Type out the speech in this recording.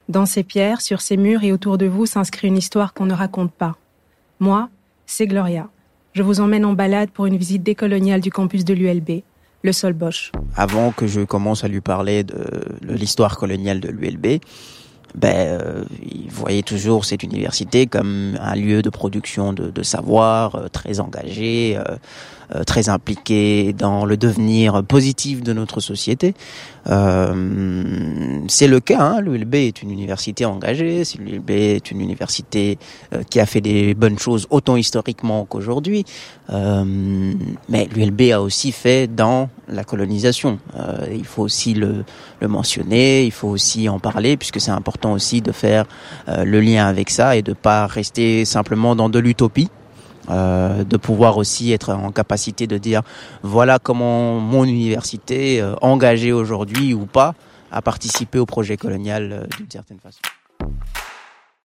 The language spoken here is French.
Dans ces pierres, sur ces murs et autour de vous s'inscrit une histoire qu'on ne raconte pas. Moi, c'est Gloria. Je vous emmène en balade pour une visite décoloniale du campus de l'ULB, le Sol Bosch. Avant que je commence à lui parler de l'histoire coloniale de l'ULB, il voyait toujours cette université comme un lieu de production de savoir, très engagé, très impliqué dans le devenir positif de notre société. C'est le cas, hein. L'ULB est une université engagée, l'ULB est une université qui a fait des bonnes choses autant historiquement qu'aujourd'hui. Mais l'ULB a aussi fait dans la colonisation. Il faut aussi le mentionner, il faut aussi en parler, puisque c'est important aussi de faire le lien avec ça et de pas rester simplement dans de l'utopie. De pouvoir aussi être en capacité de dire voilà comment mon université, engagée aujourd'hui ou pas, a participé au projet colonial d'une certaine façon.